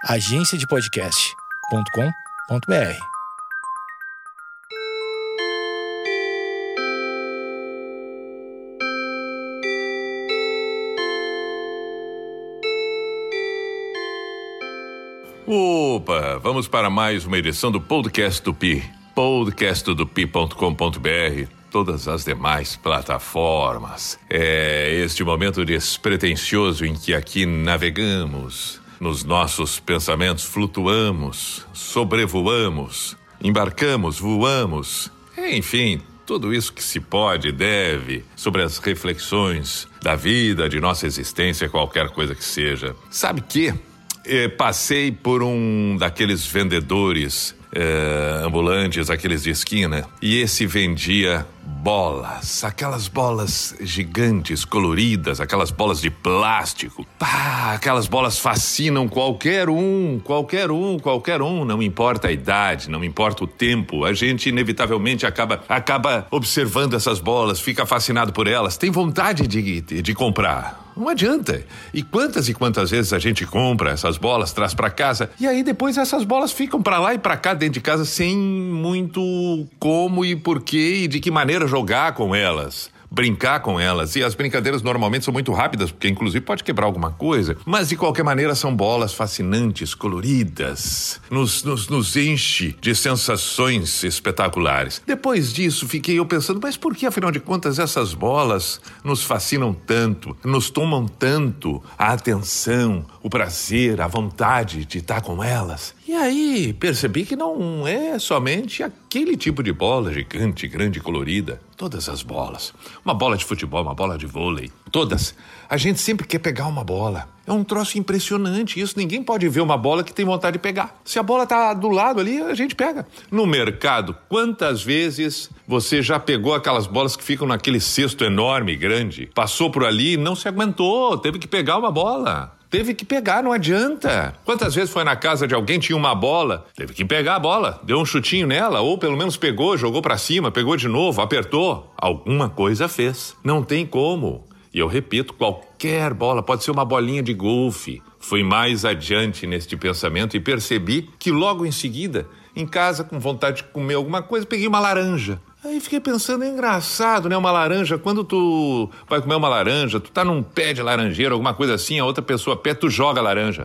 agenciadepodcast.com.br. Opa, vamos para mais uma edição do Podcast do Pi, podcastdopi.com.br, todas as demais plataformas. É este momento despretensioso em que aqui navegamos, nos nossos pensamentos flutuamos, sobrevoamos, embarcamos, voamos, enfim, tudo isso que se pode e deve sobre as reflexões da vida, de nossa existência, qualquer coisa que seja. Sabe que passei por um daqueles vendedores ambulantes, aqueles de esquina, e esse vendia bolas, aquelas bolas gigantes, coloridas, aquelas bolas de plástico. Aquelas bolas fascinam qualquer um, não importa a idade, não importa o tempo, a gente inevitavelmente acaba observando essas bolas, fica fascinado por elas, tem vontade de comprar. Não adianta. E quantas vezes a gente compra essas bolas, traz pra casa, e aí depois essas bolas ficam pra lá e pra cá dentro de casa sem muito como e porquê e de que maneira jogar com elas, brincar com elas. E as brincadeiras normalmente são muito rápidas, porque inclusive pode quebrar alguma coisa, mas de qualquer maneira são bolas fascinantes, coloridas, nos enche de sensações espetaculares. Depois disso fiquei eu pensando, mas por que afinal de contas essas bolas nos fascinam tanto, nos tomam tanto a atenção, o prazer, a vontade de estar com elas? E aí percebi que não é somente aquele tipo de bola gigante, grande, colorida. Todas as bolas. Uma bola de futebol, uma bola de vôlei. Todas. A gente sempre quer pegar uma bola. É um troço impressionante isso. Ninguém pode ver uma bola que tem vontade de pegar. Se a bola tá do lado ali, a gente pega. No mercado, quantas vezes você já pegou aquelas bolas que ficam naquele cesto enorme, grande? Passou por ali e não se aguentou. Teve que pegar uma bola. Teve que pegar, não adianta. Quantas vezes foi na casa de alguém, tinha uma bola, teve que pegar a bola, deu um chutinho nela, ou pelo menos pegou, jogou pra cima, pegou de novo, apertou. Alguma coisa fez. Não tem como. E eu repito, qualquer bola, pode ser uma bolinha de golfe. Fui mais adiante neste pensamento e percebi que logo em seguida, em casa, com vontade de comer alguma coisa, peguei uma laranja. Aí fiquei pensando, é engraçado, né? Uma laranja, quando tu vai comer uma laranja, tu tá num pé de laranjeira, alguma coisa assim, a outra pessoa pé, tu joga a laranja.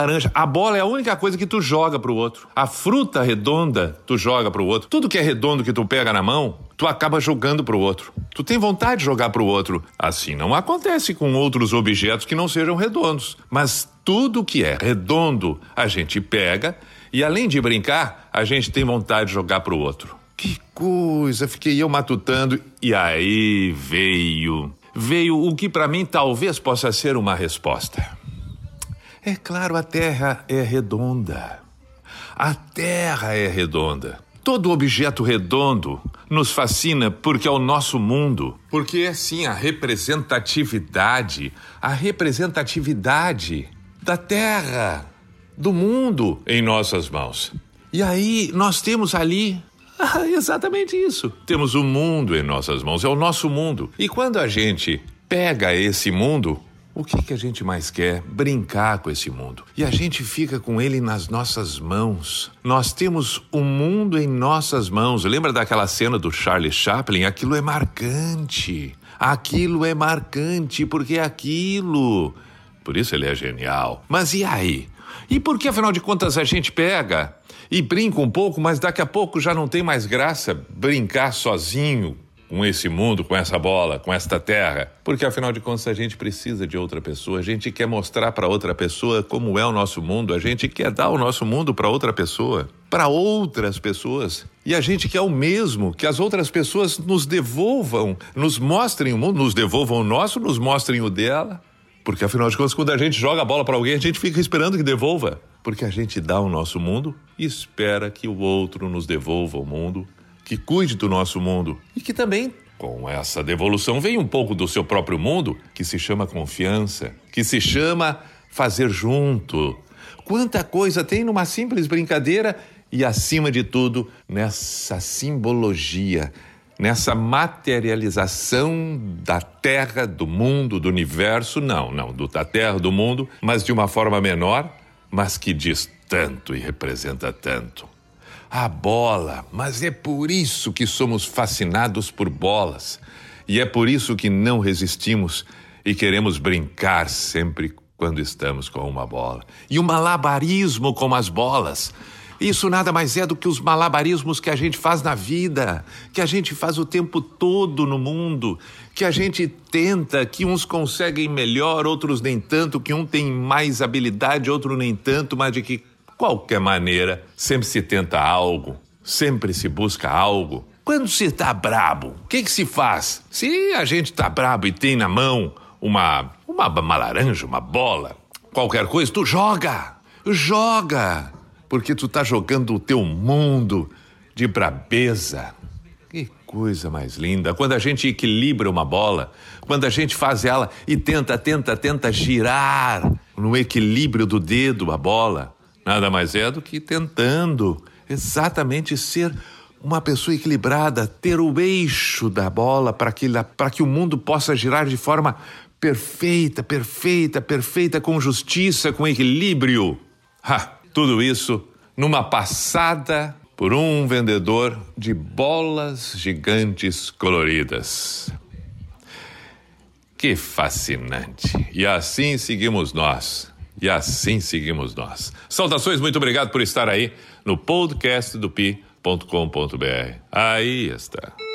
A bola é a única coisa que tu joga pro outro. A fruta redonda, tu joga pro outro. Tudo que é redondo que tu pega na mão, tu acaba jogando pro outro. Tu tem vontade de jogar pro outro. Assim não acontece com outros objetos que não sejam redondos. Mas tudo que é redondo, a gente pega e além de brincar, a gente tem vontade de jogar pro outro. Que coisa, fiquei eu matutando e aí veio o que pra mim talvez possa ser uma resposta. É claro, a Terra é redonda. A Terra é redonda. Todo objeto redondo nos fascina porque é o nosso mundo. Porque é sim a representatividade da Terra, do mundo em nossas mãos. E aí nós temos ali exatamente isso. Temos o mundo em nossas mãos, é o nosso mundo. E quando a gente pega esse mundo, o que a gente mais quer? Brincar com esse mundo. E a gente fica com ele nas nossas mãos. Nós temos o mundo em nossas mãos. Lembra daquela cena do Charlie Chaplin? Aquilo é marcante. Porque é aquilo. Por isso ele é genial. Mas e aí? E por que, afinal de contas, a gente pega e brinca um pouco, mas daqui a pouco já não tem mais graça brincar sozinho com esse mundo, com essa bola, com esta terra? Porque, afinal de contas, a gente precisa de outra pessoa, a gente quer mostrar para outra pessoa como é o nosso mundo, a gente quer dar o nosso mundo para outra pessoa, para outras pessoas. E a gente quer o mesmo, que as outras pessoas nos devolvam, nos mostrem o mundo, nos devolvam o nosso, nos mostrem o dela. Porque, afinal de contas, quando a gente joga a bola para alguém, a gente fica esperando que devolva. Porque a gente dá o nosso mundo e espera que o outro nos devolva o mundo, que cuide do nosso mundo. E que também, com essa devolução, vem um pouco do seu próprio mundo, que se chama confiança, que se chama fazer junto. Quanta coisa tem numa simples brincadeira e, acima de tudo, nessa simbologia, nessa materialização da Terra, do mundo, do universo, da Terra, do mundo, mas de uma forma menor, mas que diz tanto e representa tanto. A bola, mas é por isso que somos fascinados por bolas. E é por isso que não resistimos e queremos brincar sempre quando estamos com uma bola. E o malabarismo com as bolas. Isso nada mais é do que os malabarismos que a gente faz na vida, que a gente faz o tempo todo no mundo, que a gente tenta, que uns conseguem melhor, outros nem tanto, que um tem mais habilidade, outro nem tanto, mas de que, qualquer maneira, sempre se tenta algo, sempre se busca algo. Quando se está brabo, o que se faz? Se a gente está brabo e tem na mão uma laranja, uma bola, qualquer coisa, tu joga, porque tu tá jogando o teu mundo de brabeza. Que coisa mais linda. Quando a gente equilibra uma bola, quando a gente faz ela e tenta girar no equilíbrio do dedo a bola, nada mais é do que tentando exatamente ser uma pessoa equilibrada, ter o eixo da bola para que o mundo possa girar de forma perfeita, com justiça, com equilíbrio. Tudo isso numa passada por um vendedor de bolas gigantes coloridas. Que fascinante. E assim seguimos nós. Saudações, muito obrigado por estar aí no podcast do Pi.com.br. Aí está.